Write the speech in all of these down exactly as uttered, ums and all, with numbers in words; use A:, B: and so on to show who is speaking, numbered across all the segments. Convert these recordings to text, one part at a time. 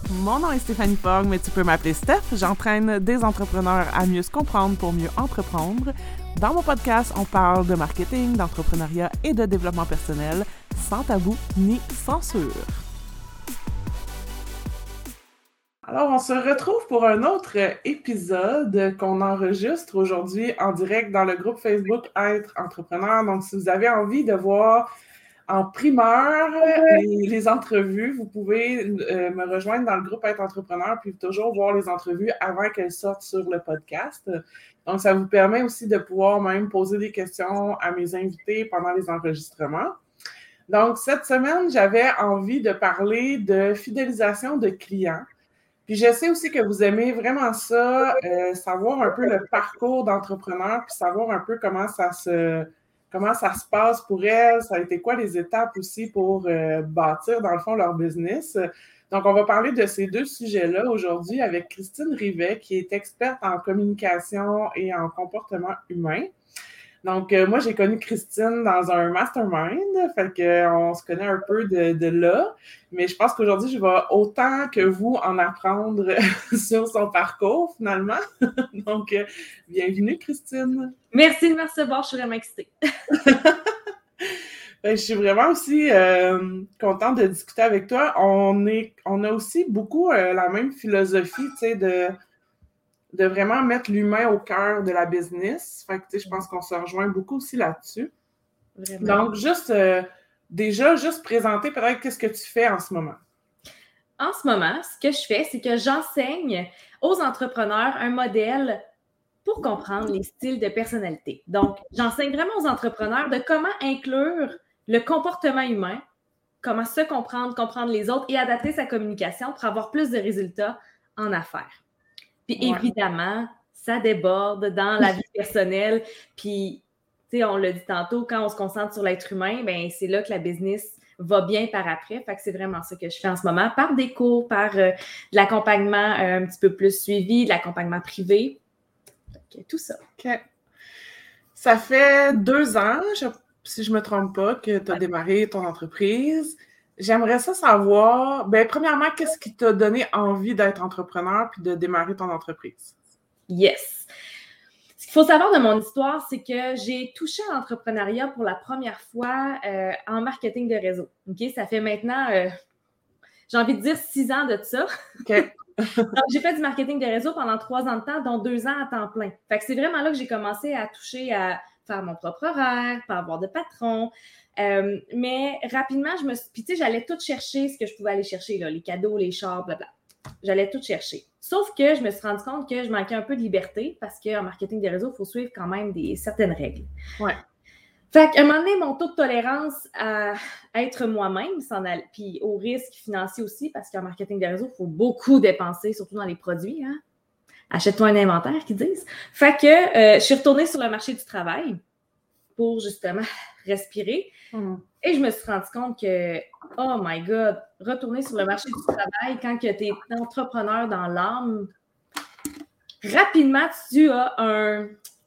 A: Mon nom est Stéphanie Fogg, mais tu peux m'appeler Steph. J'entraîne des entrepreneurs à mieux se comprendre pour mieux entreprendre. Dans mon podcast, on parle de marketing, d'entrepreneuriat et de développement personnel, sans tabou ni censure. Alors, on se retrouve pour un autre épisode qu'on enregistre aujourd'hui en direct dans le groupe Facebook Être Entrepreneur. Donc, si vous avez envie de voir en primeur les, les entrevues, vous pouvez euh, me rejoindre dans le groupe Être Entrepreneur puis toujours voir les entrevues avant qu'elles sortent sur le podcast. Donc, ça vous permet aussi de pouvoir même poser des questions à mes invités pendant les enregistrements. Donc, cette semaine, j'avais envie de parler de fidélisation de clients. Puis je sais aussi que vous aimez vraiment ça, euh, savoir un peu le parcours d'entrepreneur, puis savoir un peu comment ça se comment ça se passe pour elles, ça a été quoi les étapes aussi pour euh, bâtir, dans le fond, leur business. Donc, on va parler de ces deux sujets-là aujourd'hui avec Christine Rivet, qui est experte en communication et en comportement humain. Donc, euh, moi, j'ai connu Christine dans un mastermind, fait qu'on se connaît un peu de, de là, mais je pense qu'aujourd'hui, je vais autant que vous en apprendre sur son parcours, finalement. Donc, euh, bienvenue, Christine.
B: Merci de me recevoir, je suis vraiment excitée.
A: Je suis vraiment aussi euh, contente de discuter avec toi. On, est, on a aussi beaucoup euh, la même philosophie, tu sais, de... de vraiment mettre l'humain au cœur de la business. Fait que, tu sais, je pense qu'on se rejoint beaucoup aussi là-dessus. Vraiment. Donc, juste, euh, déjà, juste présenter peut-être qu'est-ce que tu fais en ce moment.
B: En ce moment, ce que je fais, c'est que j'enseigne aux entrepreneurs un modèle pour comprendre les styles de personnalité. Donc, j'enseigne vraiment aux entrepreneurs de comment inclure le comportement humain, comment se comprendre, comprendre les autres et adapter sa communication pour avoir plus de résultats en affaires. Puis ouais. Évidemment, ça déborde dans la vie personnelle. Puis, tu sais, on l'a dit tantôt, quand on se concentre sur l'être humain, bien, c'est là que la business va bien par après. Fait que c'est vraiment ça que je fais en ce moment, par des cours, par euh, de l'accompagnement euh, un petit peu plus suivi, de l'accompagnement privé. Fait que tout ça.
A: OK. Ça fait deux ans, je, si je ne me trompe pas, que tu as ouais. démarré ton entreprise. J'aimerais ça savoir, bien, premièrement, qu'est-ce qui t'a donné envie d'être entrepreneur puis de démarrer ton entreprise?
B: Yes! Ce qu'il faut savoir de mon histoire, c'est que j'ai touché à l'entrepreneuriat pour la première fois euh, en marketing de réseau. OK? Ça fait maintenant, euh, j'ai envie de dire, six ans de ça.
A: OK.
B: Donc, j'ai fait du marketing de réseau pendant trois ans de temps, dont deux ans à temps plein. Fait que c'est vraiment là que j'ai commencé à toucher à faire mon propre horaire, pas avoir de patron. Euh, mais rapidement, je me suis... Puis tu sais, j'allais tout chercher ce que je pouvais aller chercher, là, les cadeaux, les chars, blablabla. J'allais tout chercher. Sauf que je me suis rendu compte que je manquais un peu de liberté parce qu'en marketing des réseaux, il faut suivre quand même des certaines règles.
A: Ouais.
B: Fait qu'à un moment donné, mon taux de tolérance à être moi-même, s'en allait, puis au risque financier aussi, parce qu'en marketing des réseaux, il faut beaucoup dépenser, surtout dans les produits, hein. Achète-toi un inventaire, qu'ils disent. Fait que euh, je suis retournée sur le marché du travail pour justement respirer. Mm. Et je me suis rendu compte que, oh my God, retourner sur le marché du travail quand tu es entrepreneur dans l'âme, rapidement, tu as un,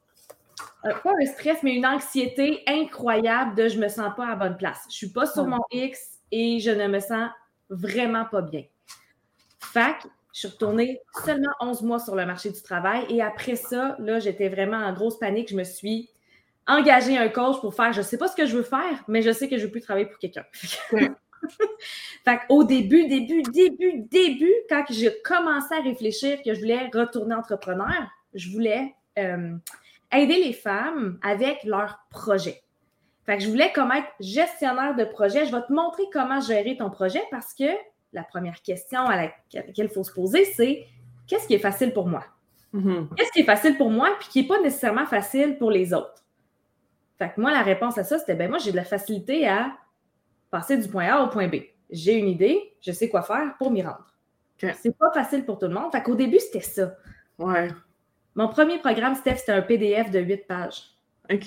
B: euh, pas un stress, mais une anxiété incroyable de je me sens pas à la bonne place. Je suis pas sur mm. mon X et je ne me sens vraiment pas bien. Fait que je suis retournée seulement onze mois sur le marché du travail et après ça, là, j'étais vraiment en grosse panique. Je me suis engagé un coach pour faire, je ne sais pas ce que je veux faire, mais je sais que je ne veux plus travailler pour quelqu'un. Ouais. Fait qu'au début, début, début, début, quand j'ai commencé à réfléchir que je voulais retourner entrepreneur, je voulais euh, aider les femmes avec leurs projets. Fait que je voulais comme être gestionnaire de projet. Je vais te montrer comment gérer ton projet parce que la première question à laquelle il faut se poser, c'est qu'est-ce qui est facile pour moi? Mm-hmm. Qu'est-ce qui est facile pour moi puis qui n'est pas nécessairement facile pour les autres? Fait que moi, la réponse à ça, c'était, ben moi, j'ai de la facilité à passer du point A au point B. J'ai une idée, je sais quoi faire pour m'y rendre. Okay. C'est pas facile pour tout le monde. Fait qu'au début, c'était ça.
A: Ouais.
B: Mon premier programme, Steph, c'était un P D F de huit pages.
A: OK.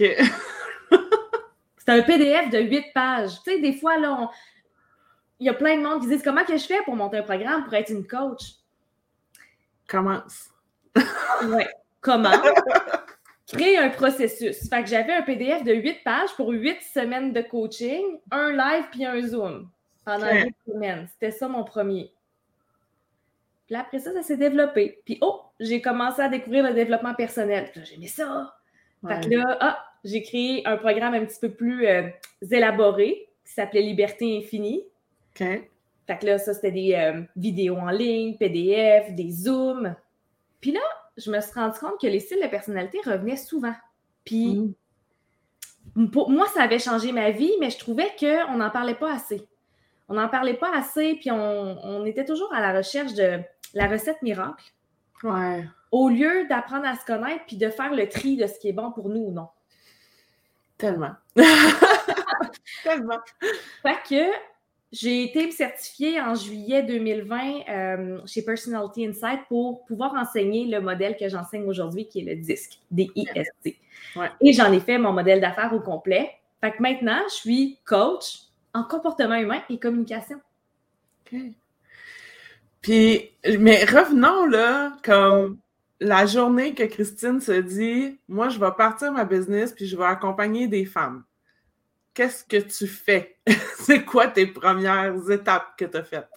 B: C'était un P D F de huit pages. Tu sais, des fois, là, on... il y a plein de monde qui disent, comment que je fais pour monter un programme, pour être une coach?
A: Commence.
B: Ouais. Comment? Créer un processus. Fait que j'avais un P D F de huit pages pour huit semaines de coaching, un live puis un Zoom pendant huit semaines. C'était ça mon premier. Puis après ça, ça s'est développé. Puis oh, j'ai commencé à découvrir le développement personnel. Puis là, j'aimais ça. Ouais. Fait que là, ah, j'ai créé un programme un petit peu plus euh, élaboré qui s'appelait Liberté Infinie.
A: OK.
B: Fait que là, ça, c'était des euh, vidéos en ligne, P D F, des Zooms. Puis là, je me suis rendu compte que les styles de personnalité revenaient souvent. Puis mm. pour moi, ça avait changé ma vie, mais je trouvais qu'on n'en parlait pas assez. On n'en parlait pas assez, puis on, on était toujours à la recherche de la recette miracle.
A: Ouais.
B: Au lieu d'apprendre à se connaître puis de faire le tri de ce qui est bon pour nous ou non.
A: Tellement. Tellement.
B: Fait que j'ai été certifiée en juillet deux mille vingt euh, chez Personality Insight pour pouvoir enseigner le modèle que j'enseigne aujourd'hui, qui est le DISC, D I S C.
A: Ouais.
B: Et j'en ai fait mon modèle d'affaires au complet. Fait que maintenant, je suis coach en comportement humain et communication.
A: OK. Puis, mais revenons là, comme la journée que Christine se dit, moi, je vais partir ma business puis je vais accompagner des femmes. Qu'est-ce que tu fais? C'est quoi tes premières étapes que tu as faites?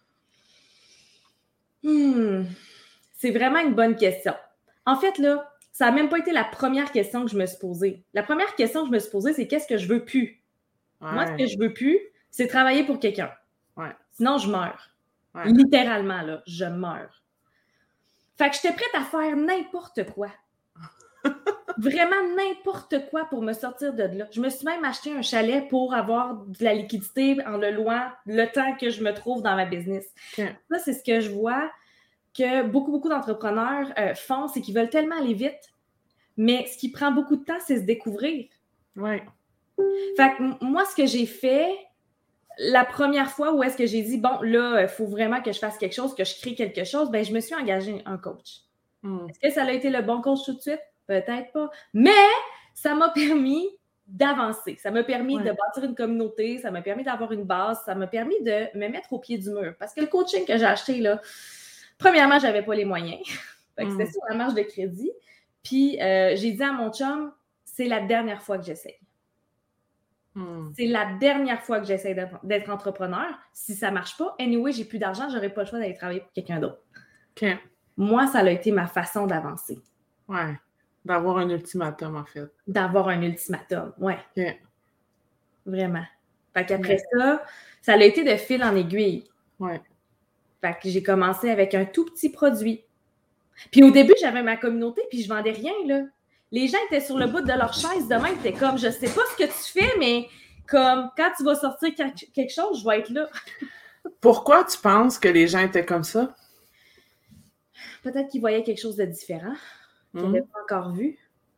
B: Hmm. C'est vraiment une bonne question. En fait, là, ça n'a même pas été la première question que je me suis posée. La première question que je me suis posée, c'est qu'est-ce que je veux plus? Ouais. Moi, ce que je veux plus, c'est travailler pour quelqu'un.
A: Ouais.
B: Sinon, je meurs.
A: Ouais.
B: Littéralement, là, je meurs. Fait que j'étais prête à faire n'importe quoi. Vraiment n'importe quoi pour me sortir de là. Je me suis même acheté un chalet pour avoir de la liquidité en le louant le temps que je me trouve dans ma business.
A: Okay.
B: Ça, c'est ce que je vois que beaucoup, beaucoup d'entrepreneurs euh, font, c'est qu'ils veulent tellement aller vite, mais ce qui prend beaucoup de temps, c'est se découvrir.
A: Ouais.
B: Fait que m- moi, ce que j'ai fait, la première fois où est-ce que j'ai dit, bon, là, il faut vraiment que je fasse quelque chose, que je crée quelque chose, ben je me suis engagée un coach. Mm. Est-ce que ça a été le bon coach tout de suite? Peut-être pas. Mais ça m'a permis d'avancer. Ça m'a permis ouais. de bâtir une communauté, ça m'a permis d'avoir une base, ça m'a permis de me mettre au pied du mur. Parce que le coaching que j'ai acheté, là, premièrement, je n'avais pas les moyens. Fait que mm. C'était sur la marge de crédit. Puis, euh, j'ai dit à mon chum, c'est la dernière fois que j'essaye. Mm. C'est la dernière fois que j'essaie d'être, d'être entrepreneur. Si ça ne marche pas, anyway, j'ai plus d'argent, je n'aurai pas le choix d'aller travailler pour quelqu'un d'autre.
A: Okay.
B: Moi, ça a été ma façon d'avancer.
A: Ouais. D'avoir un ultimatum, en fait.
B: D'avoir un ultimatum, oui.
A: Okay.
B: Vraiment. Fait qu'après okay. ça, ça a été de fil en aiguille.
A: Ouais.
B: Fait que j'ai commencé avec un tout petit produit. Puis au début, j'avais ma communauté, puis je vendais rien, là. Les gens étaient sur le bout de leur chaise de même, c'était comme, je sais pas ce que tu fais, mais comme, quand tu vas sortir quelque chose, je vais être là.
A: Pourquoi tu penses que les gens étaient comme ça?
B: Peut-être qu'ils voyaient quelque chose de différent. Qu'ils n'avaient pas encore vu.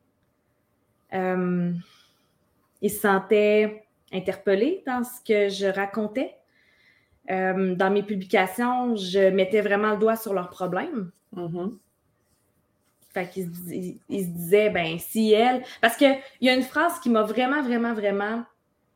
B: Euh, ils se sentaient interpellés dans ce que je racontais. Euh, dans mes publications, je mettais vraiment le doigt sur leurs problèmes.
A: Mm-hmm.
B: Fait qu'ils se, ils, ils se disaient, ben si elle... Parce qu'il y a une phrase qui m'a vraiment, vraiment, vraiment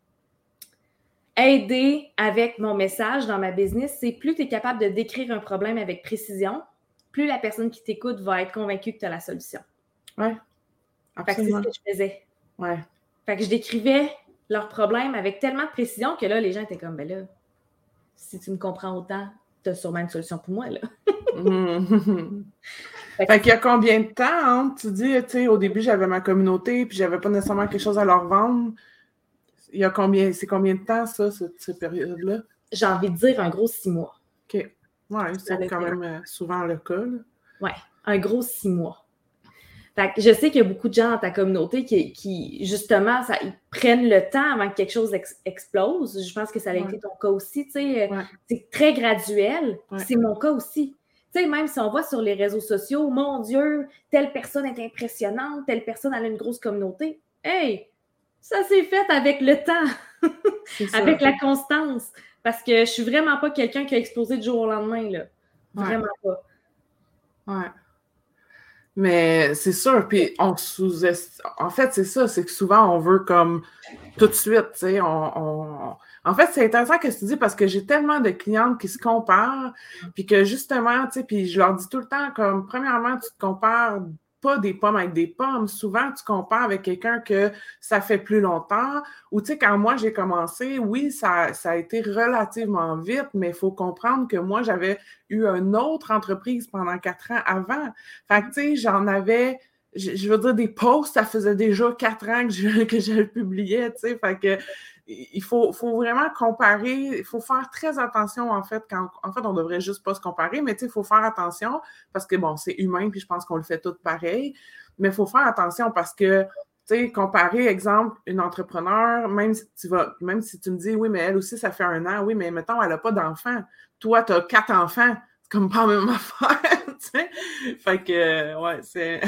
B: aidée avec mon message dans ma business, c'est plus tu es capable de décrire un problème avec précision, plus la personne qui t'écoute va être convaincue que tu as la solution.
A: Oui, absolument.
B: Fait que c'est ce que je faisais.
A: Ouais.
B: Fait que je décrivais leurs problèmes avec tellement de précision que là, les gens étaient comme, ben là, si tu me comprends autant, tu as sûrement une solution pour moi, là.
A: mmh. Fait, fait qu'il y a combien de temps, hein? Tu dis, tu sais, au début, j'avais ma communauté, puis j'avais pas nécessairement quelque chose à leur vendre. Il y a combien, c'est combien de temps, ça, cette, cette période-là?
B: J'ai envie de dire un gros six mois.
A: OK. Oui, c'est quand même euh, souvent le cas.
B: Oui, un gros six mois. Fait que je sais qu'il y a beaucoup de gens dans ta communauté qui, qui justement, ça, ils prennent le temps avant que quelque chose ex- explose. Je pense que ça a ouais. été ton cas aussi. Tu sais, ouais. C'est très graduel. Ouais. C'est mon cas aussi. Tu sais, même si on voit sur les réseaux sociaux, mon Dieu, telle personne est impressionnante, telle personne a une grosse communauté. Hey, ça s'est fait avec le temps, avec la constance. Parce que je suis vraiment pas quelqu'un qui a explosé du jour au lendemain, là. Vraiment
A: ouais.
B: pas.
A: Ouais. Mais c'est sûr, puis on sous-estime... En fait, c'est ça, c'est que souvent, on veut comme tout de suite, tu sais, on, on... En fait, c'est intéressant que tu dis parce que j'ai tellement de clientes qui se comparent, puis que justement, tu sais, puis je leur dis tout le temps comme, premièrement, tu te compares pas des pommes avec des pommes. Souvent, tu compares avec quelqu'un que ça fait plus longtemps. Ou tu sais, quand moi, j'ai commencé, oui, ça, ça a été relativement vite, mais il faut comprendre que moi, j'avais eu une autre entreprise pendant quatre ans avant. Fait que, tu sais, j'en avais... Je, je veux dire, des posts, ça faisait déjà quatre ans que je, que je le publiais, tu sais, fait que il faut, faut vraiment comparer, il faut faire très attention, en fait, quand, en fait, on devrait juste pas se comparer, mais tu sais, il faut faire attention, parce que, bon, c'est humain, puis je pense qu'on le fait tout pareil, mais il faut faire attention parce que, tu sais, comparer, exemple, une entrepreneur, même si tu vas, même si tu me dis, oui, mais elle aussi, ça fait un an, oui, mais mettons, elle a pas d'enfants, toi, tu as quatre enfants, c'est comme pas la même affaire, tu sais, fait que, ouais, c'est...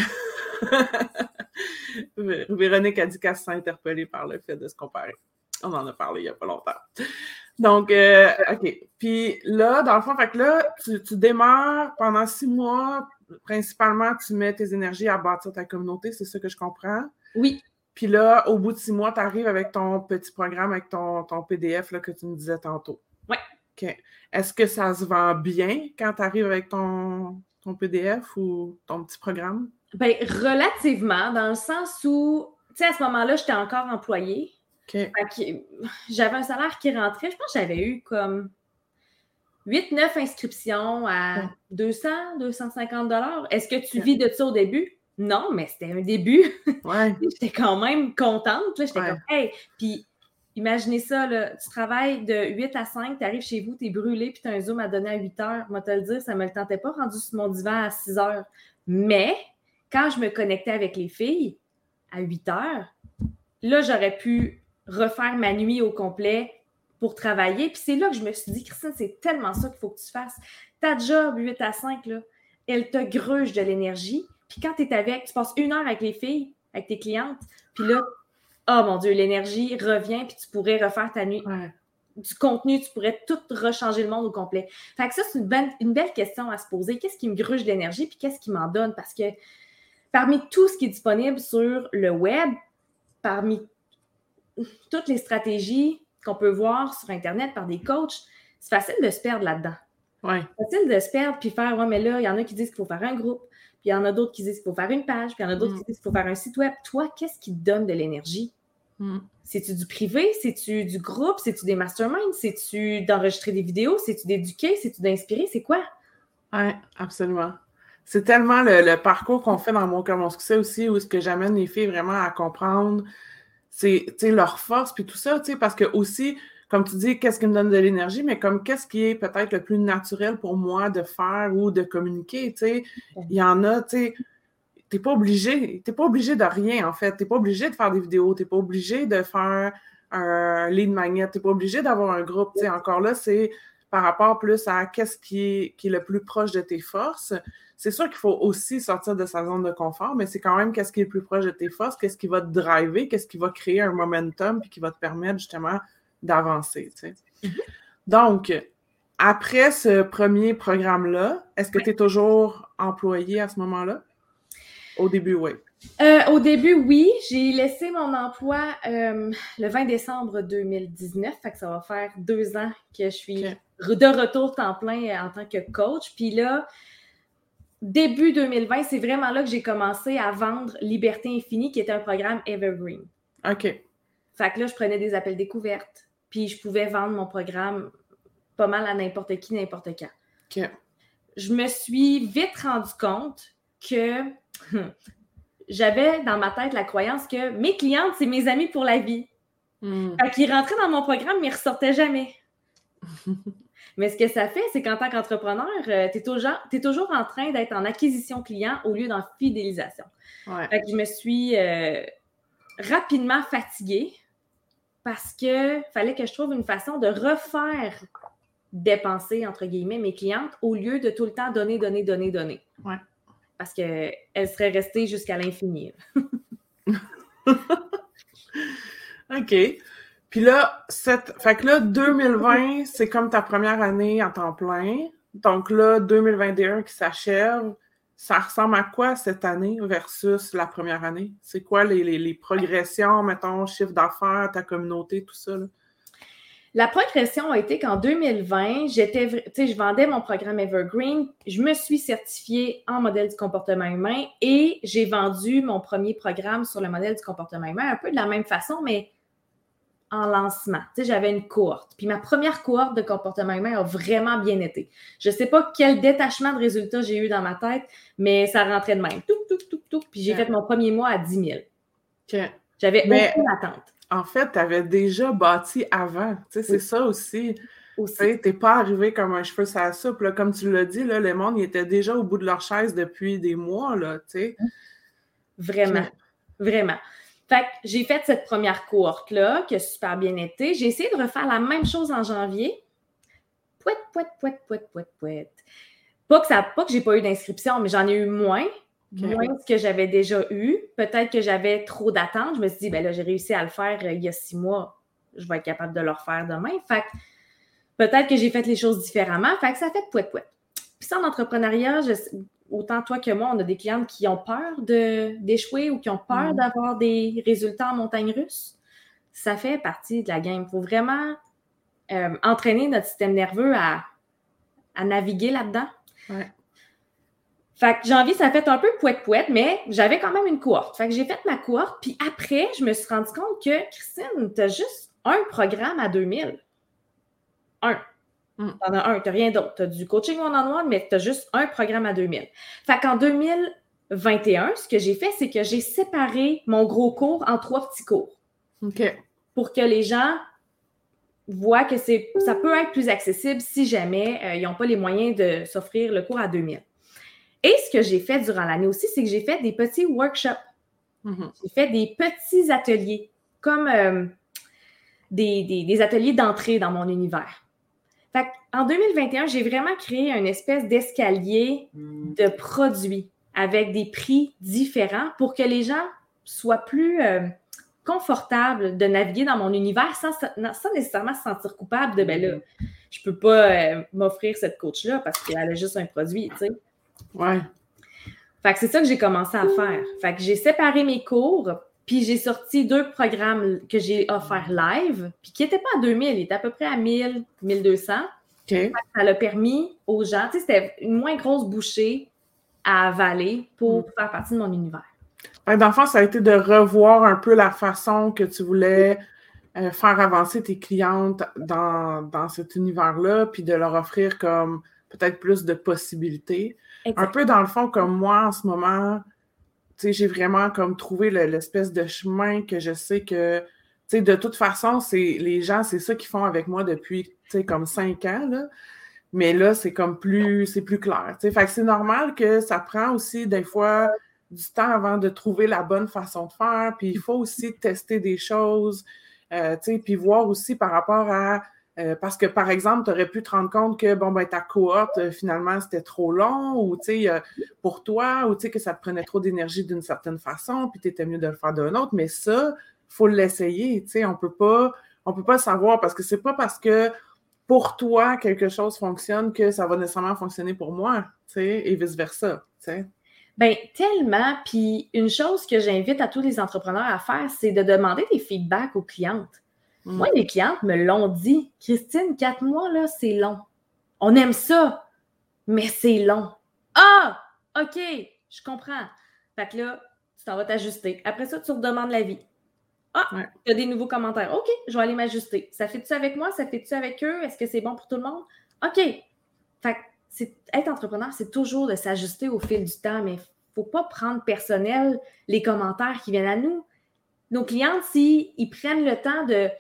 A: Véronique a dit qu'elle se sent interpellée par le fait de se comparer. On en a parlé il n'y a pas longtemps. Donc, euh, OK. Puis là, dans le fond, fait que là, tu, tu démarres pendant six mois. Principalement, tu mets tes énergies à bâtir ta communauté. C'est ça que je comprends?
B: Oui.
A: Puis là, au bout de six mois, tu arrives avec ton petit programme, avec ton, ton P D F là, que tu me disais tantôt.
B: Oui.
A: OK. Est-ce que ça se vend bien quand tu arrives avec ton, ton P D F ou ton petit programme?
B: Bien, relativement, dans le sens où, tu sais, à ce moment-là, j'étais encore employée.
A: Okay.
B: Fait que j'avais un salaire qui rentrait. Je pense que j'avais eu comme huit neuf inscriptions à ouais. deux cents, deux cent cinquante dollars. Est-ce que tu okay. vis de ça au début? Non, mais c'était un début.
A: Ouais.
B: J'étais quand même contente. Là. J'étais
A: ouais.
B: comme, hey! Puis, imaginez ça, là, tu travailles de huit à cinq, tu arrives chez vous, tu es brûlé, puis tu as un Zoom à donner à huit heures. Moi, te le dire, ça ne me le tentait pas, rendu sur mon divan à six heures. Mais, quand je me connectais avec les filles, à huit heures, là, j'aurais pu refaire ma nuit au complet pour travailler. Puis c'est là que je me suis dit, Christine, c'est tellement ça qu'il faut que tu fasses. Ta job, huit à cinq, là, elle te gruge de l'énergie. Puis quand tu es avec, tu passes une heure avec les filles, avec tes clientes, puis là, oh mon Dieu, l'énergie revient, puis tu pourrais refaire ta nuit.
A: Ouais.
B: Du contenu, tu pourrais tout rechanger le monde au complet. Fait que ça, c'est une, ben, une belle question à se poser. Qu'est-ce qui me gruge l'énergie, puis qu'est-ce qui m'en donne? Parce que parmi tout ce qui est disponible sur le web, parmi toutes les stratégies qu'on peut voir sur Internet par des coachs, c'est facile de se perdre là-dedans.
A: Ouais.
B: C'est facile de se perdre puis faire, ouais, mais là, il y en a qui disent qu'il faut faire un groupe, puis il y en a d'autres qui disent qu'il faut faire une page, puis il y en a d'autres mm. qui disent qu'il faut faire un site web. Toi, qu'est-ce qui te donne de l'énergie? Mm. C'est-tu du privé? C'est-tu du groupe? C'est-tu des masterminds? C'est-tu d'enregistrer des vidéos? C'est-tu d'éduquer? C'est-tu d'inspirer? C'est quoi?
A: Oui, absolument. C'est tellement le, le parcours qu'on fait dans Mon Cœur, Mon Succès aussi, où ce que j'amène les filles vraiment à comprendre c'est, tu sais, leur force, puis tout ça, tu sais, parce que aussi, comme tu dis, qu'est-ce qui me donne de l'énergie, mais comme qu'est-ce qui est peut-être le plus naturel pour moi de faire ou de communiquer, tu sais, il y en a, tu sais, t'es pas obligé, t'es pas obligé de rien, en fait, t'es pas obligé de faire des vidéos, t'es pas obligé de faire un lead magnet, t'es pas obligé d'avoir un groupe, tu sais, encore là, c'est par rapport plus à qu'est-ce qui est, qui est le plus proche de tes forces. C'est sûr qu'il faut aussi sortir de sa zone de confort, mais c'est quand même qu'est-ce qui est le plus proche de tes forces, qu'est-ce qui va te driver, qu'est-ce qui va créer un momentum puis qui va te permettre justement d'avancer, tu sais. Mm-hmm. Donc, après ce premier programme-là, est-ce que tu es toujours employée à ce moment-là? Au début, oui.
B: Euh, au début, oui. J'ai laissé mon emploi euh, le vingt décembre deux mille dix-neuf, fait que ça va faire deux ans que je suis okay. de retour temps plein en tant que coach. Puis là, début deux mille vingt, c'est vraiment là que j'ai commencé à vendre Liberté Infinie, qui était un programme Evergreen.
A: OK.
B: Fait que là, je prenais des appels découvertes, puis je pouvais vendre mon programme pas mal à n'importe qui, n'importe quand.
A: OK.
B: Je me suis vite rendu compte que j'avais dans ma tête la croyance que mes clientes, c'est mes amis pour la vie. Mm. Fait qu'ils rentraient dans mon programme, mais ils ne ressortaient jamais. Mais ce que ça fait, c'est qu'en tant qu'entrepreneur, euh, tu es toujours, t'es toujours en train d'être en acquisition client au lieu d'en fidélisation.
A: Ouais.
B: Fait que je me suis euh, rapidement fatiguée parce qu'il fallait que je trouve une façon de refaire dépenser, entre guillemets, mes clientes au lieu de tout le temps donner, donner, donner, donner.
A: Ouais.
B: Parce qu'elles seraient restées jusqu'à l'infini.
A: OK. Puis là, cette... fait que là, deux mille vingt, c'est comme ta première année en temps plein. Donc là, deux mille vingt et un qui s'achève, ça ressemble à quoi cette année versus la première année? C'est quoi les, les, les progressions, mettons, chiffre d'affaires, ta communauté, tout ça? Là?
B: La progression a été qu'en deux mille vingt, j'étais, tu sais, je vendais mon programme Evergreen, je me suis certifiée en modèle du comportement humain et j'ai vendu mon premier programme sur le modèle du comportement humain, un peu de la même façon, mais en lancement. Tu sais, j'avais une cohorte. Puis ma première cohorte de comportement humain a vraiment bien été. Je ne sais pas quel détachement de résultats j'ai eu dans ma tête, mais ça rentrait de même. Tout, tout, tout, tout. Puis j'ai okay. fait mon premier mois à dix mille.
A: Okay.
B: J'avais
A: mais...
B: aucune attente.
A: En fait, tu avais déjà bâti avant. Tu sais, c'est oui. ça aussi. aussi. Tu n'es pas arrivé comme un cheveu sur la soupe. Là. Comme tu l'as dit, là, le monde il était déjà au bout de leur chaise depuis des mois. Là, tu sais.
B: Vraiment. Puis... Vraiment. Fait que j'ai fait cette première cohorte-là qui a super bien été. J'ai essayé de refaire la même chose en janvier. Pouette, pouette, pouette, pouette, pouette, pouette. Pas que, ça, pas que j'ai pas eu d'inscription, mais j'en ai eu moins. Okay. Moins que ce que j'avais déjà eu. Peut-être que j'avais trop d'attentes. Je me suis dit, ben là, j'ai réussi à le faire euh, il y a six mois. Je vais être capable de le refaire demain. Fait que peut-être que j'ai fait les choses différemment. Fait que ça fait pouet pouet. Puis ça, en entrepreneuriat, je, autant toi que moi, on a des clientes qui ont peur de, d'échouer ou qui ont peur mmh. d'avoir des résultats en montagne russe. Ça fait partie de la game. Il faut vraiment euh, entraîner notre système nerveux à, à naviguer là-dedans.
A: Ouais.
B: Fait que janvier, ça a fait un peu pouette-pouette, mais j'avais quand même une cohorte. Fait que j'ai fait ma cohorte, puis après, je me suis rendu compte que, Christine, t'as juste un programme à deux mille. Un. Mm. T'en as un, t'as rien d'autre. T'as du coaching one-on-one, mais t'as juste un programme à deux mille. Fait qu'en deux mille vingt et un, ce que j'ai fait, c'est que j'ai séparé mon gros cours en trois petits cours.
A: OK.
B: Pour que les gens voient que c'est, ça peut être plus accessible si jamais euh, ils n'ont pas les moyens de s'offrir le cours à deux mille. Et ce que j'ai fait durant l'année aussi, c'est que j'ai fait des petits workshops. Mm-hmm. J'ai fait des petits ateliers, comme euh, des, des, des ateliers d'entrée dans mon univers. Fait qu'en deux mille vingt et un, j'ai vraiment créé une espèce d'escalier mm. de produits avec des prix différents pour que les gens soient plus euh, confortables de naviguer dans mon univers sans, sans nécessairement se sentir coupable de « ben là, je peux pas euh, m'offrir cette coach-là parce qu'elle a juste un produit, tu sais. »
A: Ouais.
B: Fait que c'est ça que j'ai commencé à faire. Fait que j'ai séparé mes cours, puis j'ai sorti deux programmes que j'ai offerts live, puis qui n'étaient pas à deux mille, ils étaient à peu près à mille, mille deux cents.
A: Okay.
B: Ça l'a permis aux gens, tu sais, c'était une moins grosse bouchée à avaler pour mm. faire partie de mon univers.
A: Fait que dans le fond, ça a été de revoir un peu la façon que tu voulais euh, faire avancer tes clientes dans, dans cet univers-là, puis de leur offrir comme peut-être plus de possibilités. Exactement. Un peu dans le fond, comme moi, en ce moment, tu sais, j'ai vraiment comme trouvé le, l'espèce de chemin que je sais que, tu sais, de toute façon, c'est les gens, c'est ça qu'ils font avec moi depuis, tu sais, comme cinq ans, là. Mais là, c'est comme plus, c'est plus clair, tu sais. Fait que c'est normal que ça prend aussi, des fois, du temps avant de trouver la bonne façon de faire. Puis il faut aussi tester des choses, euh, tu sais, puis voir aussi par rapport à... Euh, parce que, par exemple, tu aurais pu te rendre compte que, bon, ben, ta cohorte, euh, finalement, c'était trop long, ou, tu sais, euh, pour toi, ou, tu sais, que ça te prenait trop d'énergie d'une certaine façon, puis tu étais mieux de le faire d'une autre. Mais ça, il faut l'essayer, tu sais, on peut pas, on peut pas le savoir, parce que c'est pas parce que pour toi, quelque chose fonctionne que ça va nécessairement fonctionner pour moi, tu sais, et vice-versa, tu sais.
B: Bien, tellement. Puis, une chose que j'invite à tous les entrepreneurs à faire, c'est de demander des feedbacks aux clientes. Mm. Moi, les clientes me l'ont dit. Christine, quatre mois, là, c'est long. On aime ça, mais c'est long. Ah! OK, je comprends. Fait que là, tu t'en vas t'ajuster. Après ça, tu redemandes l'avis. Ah! Ouais. Tu as des nouveaux commentaires. OK, je vais aller m'ajuster. Ça fait-tu avec moi? Ça fait-tu avec eux? Est-ce que c'est bon pour tout le monde? OK. Fait que c'est, être entrepreneur, c'est toujours de s'ajuster au fil du temps, mais il ne faut pas prendre personnel les commentaires qui viennent à nous. Nos clientes, s'ils ils prennent le temps de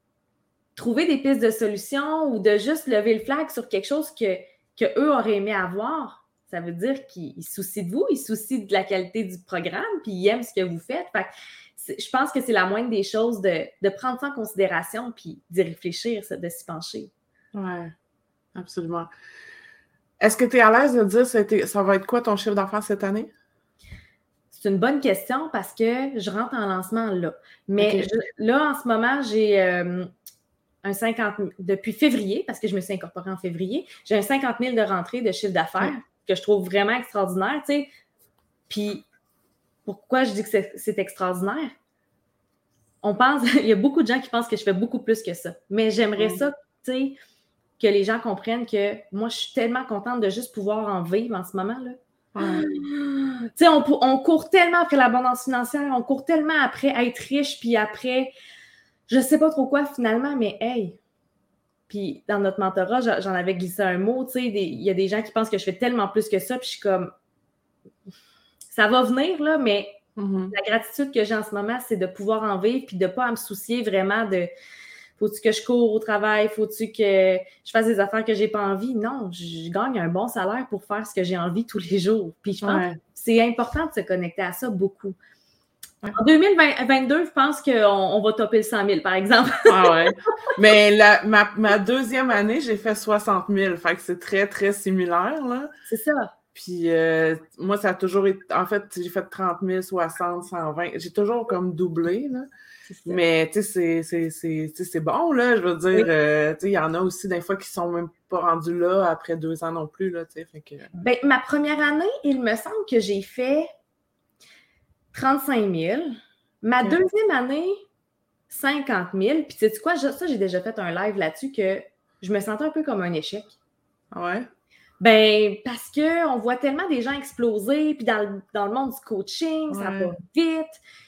B: trouver des pistes de solutions ou de juste lever le flag sur quelque chose que, que eux auraient aimé avoir, ça veut dire qu'ils se soucient de vous, ils se soucient de la qualité du programme, puis ils aiment ce que vous faites. Fait que je pense que c'est la moindre des choses de, de prendre ça en considération puis d'y réfléchir, de s'y pencher.
A: Oui, absolument. Est-ce que tu es à l'aise de dire ça, ça va être quoi ton chiffre d'affaires cette année?
B: C'est une bonne question parce que je rentre en lancement là. Mais okay. je, là, en ce moment, j'ai euh, un cinquante mille depuis février, parce que je me suis incorporée en février, j'ai un cinquante mille de rentrée de chiffre d'affaires ouais. que je trouve vraiment extraordinaire, tu sais. Puis, pourquoi je dis que c'est, c'est extraordinaire? on pense, il y a beaucoup de gens qui pensent que je fais beaucoup plus que ça. Mais j'aimerais mmh. ça, tu sais, que les gens comprennent que moi, je suis tellement contente de juste pouvoir en vivre en ce moment, là. Ouais. Tu sais, on, on court tellement après l'abondance financière, on court tellement après être riche, puis après, je sais pas trop quoi finalement, mais hey! Puis dans notre mentorat, j'en avais glissé un mot, tu sais, il y a des gens qui pensent que je fais tellement plus que ça, puis je suis comme, ça va venir, là, mais mm-hmm. la gratitude que j'ai en ce moment, c'est de pouvoir en vivre, puis de pas me soucier vraiment de faut-tu que je cours au travail, faut-tu que je fasse des affaires que j'ai pas envie? Non, je gagne un bon salaire pour faire ce que j'ai envie tous les jours. Puis je pense ouais. que c'est important de se connecter à ça beaucoup. Ouais. En deux mille vingt-deux, je pense qu'on on va topper le cent mille, par exemple.
A: Ah ouais. Mais la, ma, ma deuxième année, j'ai fait soixante mille. Fait que c'est très, très similaire, là.
B: C'est ça.
A: Puis euh, moi, ça a toujours été... En fait, j'ai fait trente mille, soixante, cent vingt. J'ai toujours comme doublé, là. Mais, tu sais, c'est, c'est, c'est, c'est bon, là. Je veux dire, oui. euh, tu sais, il y en a aussi des fois qui sont même pas rendus là après deux ans non plus, là, tu sais. Fait que...
B: Ben, ma première année, il me semble que j'ai fait trente-cinq mille. Ma okay. deuxième année, cinquante mille. Puis, tu sais quoi, ça, j'ai déjà fait un live là-dessus que je me sentais un peu comme un échec.
A: Ah ouais?
B: Ben, parce qu'on voit tellement des gens exploser, puis dans le, dans le monde du coaching, ouais. ça va vite.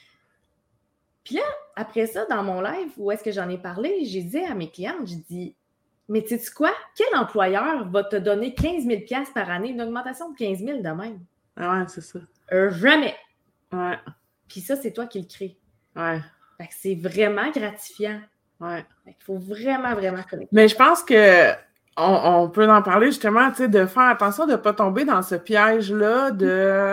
B: Puis là, après ça, dans mon live, où est-ce que j'en ai parlé, j'ai dit à mes clientes, j'ai dit, mais tu sais quoi? Quel employeur va te donner quinze mille dollars par année, une augmentation de quinze mille de même?
A: Ah ouais, c'est ça.
B: Euh, jamais.
A: Ouais.
B: Puis ça, c'est toi qui le crée.
A: Ouais.
B: Fait que c'est vraiment gratifiant.
A: Ouais.
B: Fait qu'il faut vraiment, vraiment connecter.
A: Mais je pense que on, on peut en parler justement, tu sais, de faire attention de ne pas tomber dans ce piège-là de...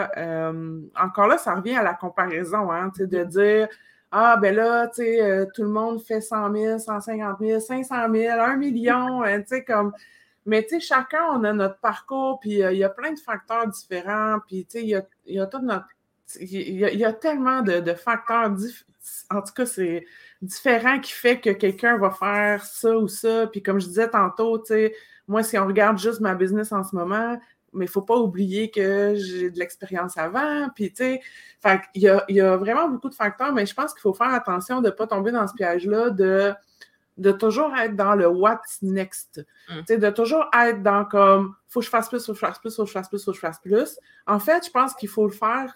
A: Euh, encore là, ça revient à la comparaison, hein, tu sais, de dire... Ah, ben là, tu sais, euh, tout le monde fait cent mille, cent cinquante mille, cinq cent mille, un million, euh, tu sais, comme... Mais, tu sais, chacun, on a notre parcours, puis il euh, y a plein de facteurs différents, puis, tu sais, il y a, y a tout notre... Il y, y a tellement de, de facteurs, dif... en tout cas, c'est différent qui fait que quelqu'un va faire ça ou ça, puis comme je disais tantôt, tu sais, moi, si on regarde juste ma business en ce moment... mais il ne faut pas oublier que j'ai de l'expérience avant, puis tu sais, fait qu'il y a, il y a vraiment beaucoup de facteurs, mais je pense qu'il faut faire attention de ne pas tomber dans ce piège-là, de, de toujours être dans le « what's next mm. », tu sais, de toujours être dans comme « faut que je fasse plus, faut que je fasse plus, faut que je fasse plus, faut que je fasse plus ». En fait, je pense qu'il faut le faire,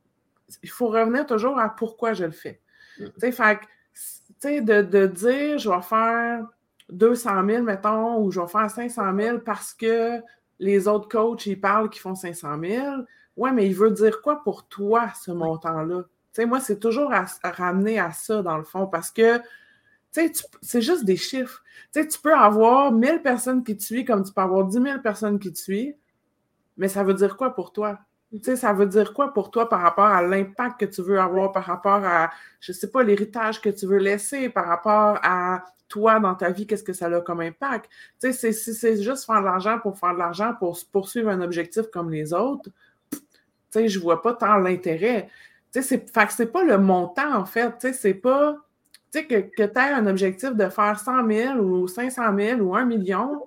A: il faut revenir toujours à pourquoi je le fais. Mm. Tu sais, fait que, tu sais, de, de dire « je vais faire deux cent mille, mettons, ou je vais faire cinq cent mille parce que les autres coachs, ils parlent qu'ils font cinq cent mille. Ouais, mais il veut dire quoi pour toi, ce montant-là? Tu sais, moi, c'est toujours à, à ramener à ça, dans le fond, parce que, tu sais, c'est juste des chiffres. Tu sais, tu peux avoir mille personnes qui te suivent comme tu peux avoir dix mille personnes qui te suivent, mais ça veut dire quoi pour toi? Tu sais, ça veut dire quoi pour toi par rapport à l'impact que tu veux avoir, par rapport à, je sais pas, l'héritage que tu veux laisser, par rapport à toi, dans ta vie, qu'est-ce que ça a comme impact? Tu sais, si c'est juste faire de l'argent pour faire de l'argent, pour poursuivre un objectif comme les autres, tu sais, je vois pas tant l'intérêt. Tu sais, c'est, fait que c'est pas le montant, en fait. Tu sais, c'est pas, tu sais, que, que tu aies un objectif de faire cent mille ou cinq cent mille ou un million,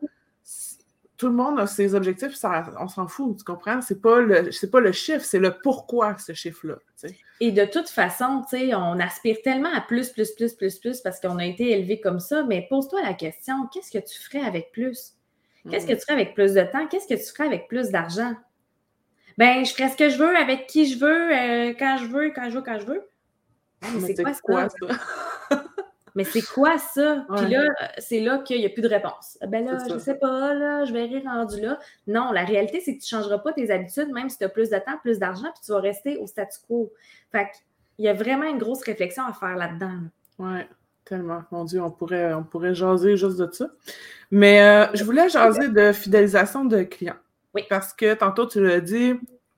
A: tout le monde a ses objectifs, ça, on s'en fout, tu comprends? C'est pas le, c'est pas le chiffre, c'est le pourquoi, ce chiffre-là. Tu sais.
B: Et de toute façon, tu sais, on aspire tellement à plus, plus, plus, plus, plus parce qu'on a été élevé comme ça, mais pose-toi la question, qu'est-ce que tu ferais avec plus? Qu'est-ce que tu ferais avec plus de temps? Qu'est-ce que tu ferais avec plus d'argent? Ben, je ferais ce que je veux, avec qui je veux, euh, quand je veux, quand je veux, quand je veux. Mais, mais c'est, c'est quoi, quoi ça? ça? Mais c'est quoi ça? Ouais. Puis là, c'est là qu'il n'y a plus de réponse. Ben là, je ne sais pas, là, je verrai rendu là. Non, la réalité, c'est que tu ne changeras pas tes habitudes, même si tu as plus de temps, plus d'argent, puis tu vas rester au statu quo. Fait qu'il y a vraiment une grosse réflexion à faire là-dedans. Là.
A: Oui, tellement. Mon Dieu, on pourrait, on pourrait jaser juste de ça. Mais euh, je voulais jaser de fidélisation de clients.
B: Oui.
A: Parce que tantôt, tu l'as dit,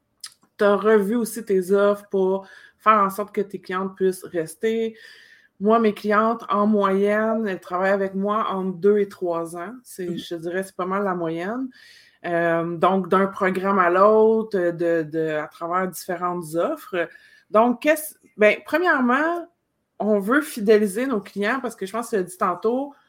A: tu as revu aussi tes offres pour faire en sorte que tes clientes puissent rester. Moi, mes clientes, en moyenne, elles travaillent avec moi entre deux et trois ans. C'est, mm-hmm. Je dirais c'est pas mal la moyenne. Euh, donc, d'un programme à l'autre, de, de, à travers différentes offres. Donc, qu'est-ce, ben, premièrement, on veut fidéliser nos clients parce que je pense que tu l'as dit tantôt,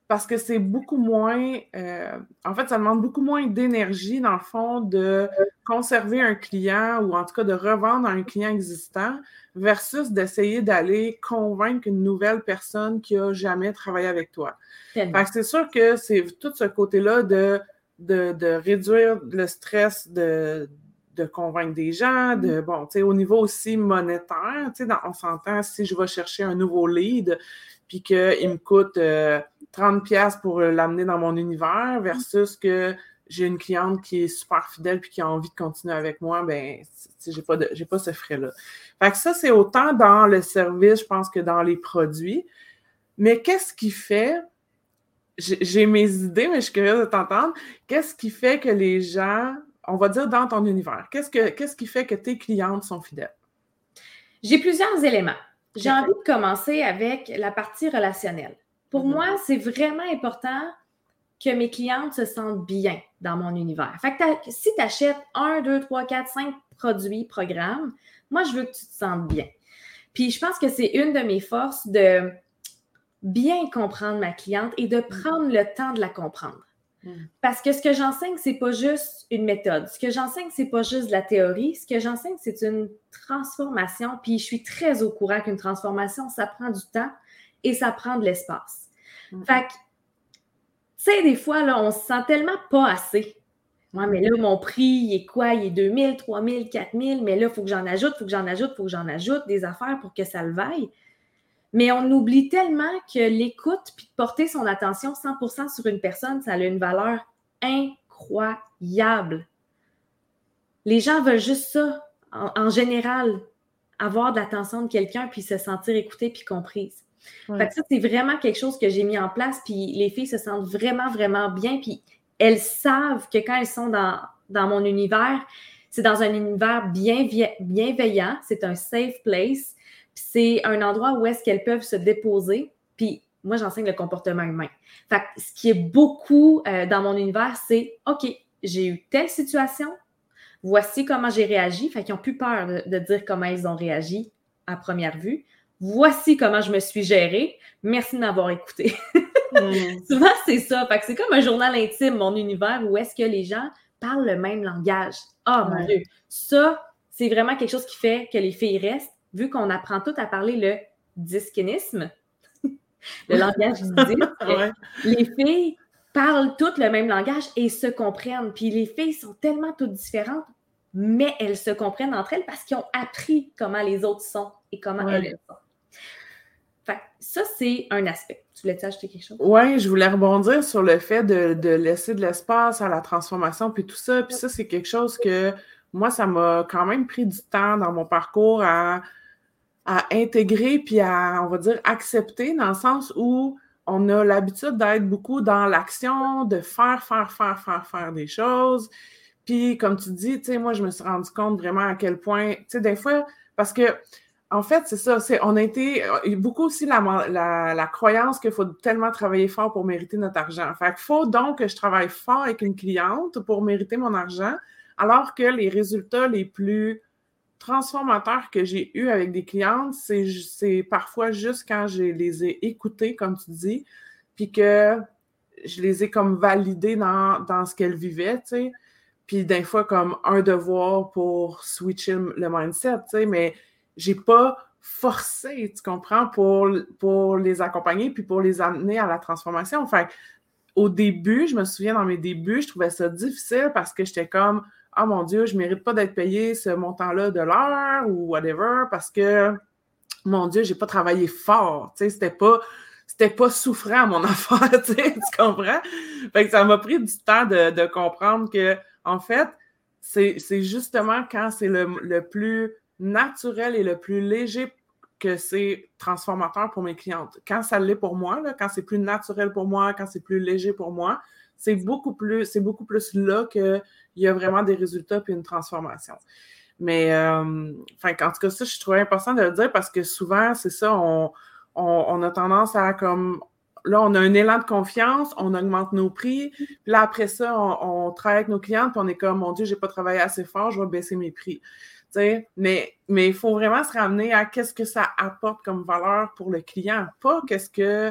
A: parce que c'est beaucoup moins... Euh, en fait, ça demande beaucoup moins d'énergie, dans le fond, de conserver un client ou en tout cas de revendre à un client existant versus d'essayer d'aller convaincre une nouvelle personne qui n'a jamais travaillé avec toi. Fait que c'est sûr que c'est tout ce côté-là de, de, de réduire le stress de, de convaincre des gens, de, bon, tu sais, au niveau aussi monétaire, tu sais, on s'entend, si je vais chercher un nouveau lead, puis qu'il me coûte euh, trente dollars pour l'amener dans mon univers versus que j'ai une cliente qui est super fidèle puis qui a envie de continuer avec moi, ben, j'ai pas de, j'ai pas ce frais-là. Fait que ça, c'est autant dans le service, je pense, que dans les produits. Mais qu'est-ce qui fait, j'ai, j'ai mes idées, mais je suis curieuse de t'entendre, qu'est-ce qui fait que les gens, on va dire dans ton univers, qu'est-ce, que, qu'est-ce qui fait que tes clientes sont fidèles?
B: J'ai plusieurs éléments. J'ai envie de commencer avec la partie relationnelle. Pour mm-hmm. moi, c'est vraiment important que mes clientes se sentent bien dans mon univers. Fait que si tu achètes un, deux, trois, quatre, cinq produits, programmes, moi, je veux que tu te sentes bien. Puis, je pense que c'est une de mes forces de bien comprendre ma cliente et de prendre le temps de la comprendre. Mm. Parce que ce que j'enseigne, c'est pas juste une méthode. Ce que j'enseigne, c'est pas juste de la théorie. Ce que j'enseigne, c'est une transformation. Puis je suis très au courant qu'une transformation, ça prend du temps et ça prend de l'espace. Mm. Fait que, tu sais, des fois, là, on se sent tellement pas assez. Ouais, mais là, mon prix, il est quoi? Il est deux mille, trois mille, quatre mille, mais là, il faut que j'en ajoute, il faut que j'en ajoute, il faut que j'en ajoute des affaires pour que ça le vaille. Mais on oublie tellement que l'écoute puis de porter son attention cent pour cent sur une personne, ça a une valeur incroyable. Les gens veulent juste ça, en, en général, avoir de l'attention de quelqu'un puis se sentir écoutée puis comprise. Ouais. Fait que ça, c'est vraiment quelque chose que j'ai mis en place puis les filles se sentent vraiment, vraiment bien puis elles savent que quand elles sont dans, dans mon univers, c'est dans un univers bienve- bienveillant, c'est un safe place. C'est un endroit où est-ce qu'elles peuvent se déposer. Puis moi, j'enseigne le comportement humain. Fait que ce qui est beaucoup euh, dans mon univers, c'est « OK, j'ai eu telle situation, voici comment j'ai réagi. » Fait qu'ils n'ont plus peur de, de dire comment ils ont réagi à première vue. Voici comment je me suis gérée. Merci de m'avoir écouté. mm. Souvent, c'est ça. Fait que c'est comme un journal intime, mon univers, où est-ce que les gens parlent le même langage. Ah, oh, mon Dieu! Ça, c'est vraiment quelque chose qui fait que les filles restent. Vu qu'on apprend tout à parler le disquinisme, le langage du disque, ouais. Les filles parlent toutes le même langage et se comprennent. Puis les filles sont tellement toutes différentes, mais elles se comprennent entre elles parce qu'ils ont appris comment les autres sont et comment ouais. elles sont. Fait que ça, c'est un aspect. Tu voulais-tu ajouter quelque chose?
A: Oui, je voulais rebondir sur le fait de, de laisser de l'espace à la transformation puis tout ça. Puis ça, c'est quelque chose que moi, ça m'a quand même pris du temps dans mon parcours à à intégrer puis à, on va dire, accepter dans le sens où on a l'habitude d'être beaucoup dans l'action, de faire, faire, faire, faire, faire des choses. Puis, comme tu dis, tu sais, moi, je me suis rendu compte vraiment à quel point, tu sais, des fois, parce que, en fait, c'est ça, c'est, on a été, il y a beaucoup aussi la, la, la croyance qu'il faut tellement travailler fort pour mériter notre argent. Fait qu'il faut donc que je travaille fort avec une cliente pour mériter mon argent, alors que les résultats les plus transformateurs que j'ai eu avec des clientes, c'est, c'est parfois juste quand je les ai écoutées, comme tu dis, puis que je les ai comme validées dans, dans ce qu'elles vivaient, tu sais. Puis des fois, comme un devoir pour switcher le mindset, tu sais, mais j'ai pas forcé, tu comprends, pour, pour les accompagner puis pour les amener à la transformation. Fait au début, je me souviens dans mes débuts, je trouvais ça difficile parce que j'étais comme « Ah, mon Dieu, je ne mérite pas d'être payé ce montant-là de l'heure ou whatever parce que, mon Dieu, je n'ai pas travaillé fort. » Tu sais, c'était pas, c'était pas souffrant, mon affaire, tu sais, tu comprends? Fait que ça m'a pris du temps de, de comprendre que, en fait, c'est, c'est justement quand c'est le, le plus naturel et le plus léger que c'est transformateur pour mes clientes. Quand ça l'est pour moi, là, quand c'est plus naturel pour moi, quand c'est plus léger pour moi, c'est beaucoup plus, c'est beaucoup plus là qu'il y a vraiment des résultats puis une transformation. Mais, euh, en tout cas, ça, je trouvais important de le dire parce que souvent, c'est ça, on, on, on a tendance à comme, là, on a un élan de confiance, on augmente nos prix, puis là, après ça, on, on travaille avec nos clientes, puis on est comme, mon Dieu, j'ai pas travaillé assez fort, je vais baisser mes prix. T'sais, mais mais il faut vraiment se ramener à qu'est-ce que ça apporte comme valeur pour le client, pas qu'est-ce que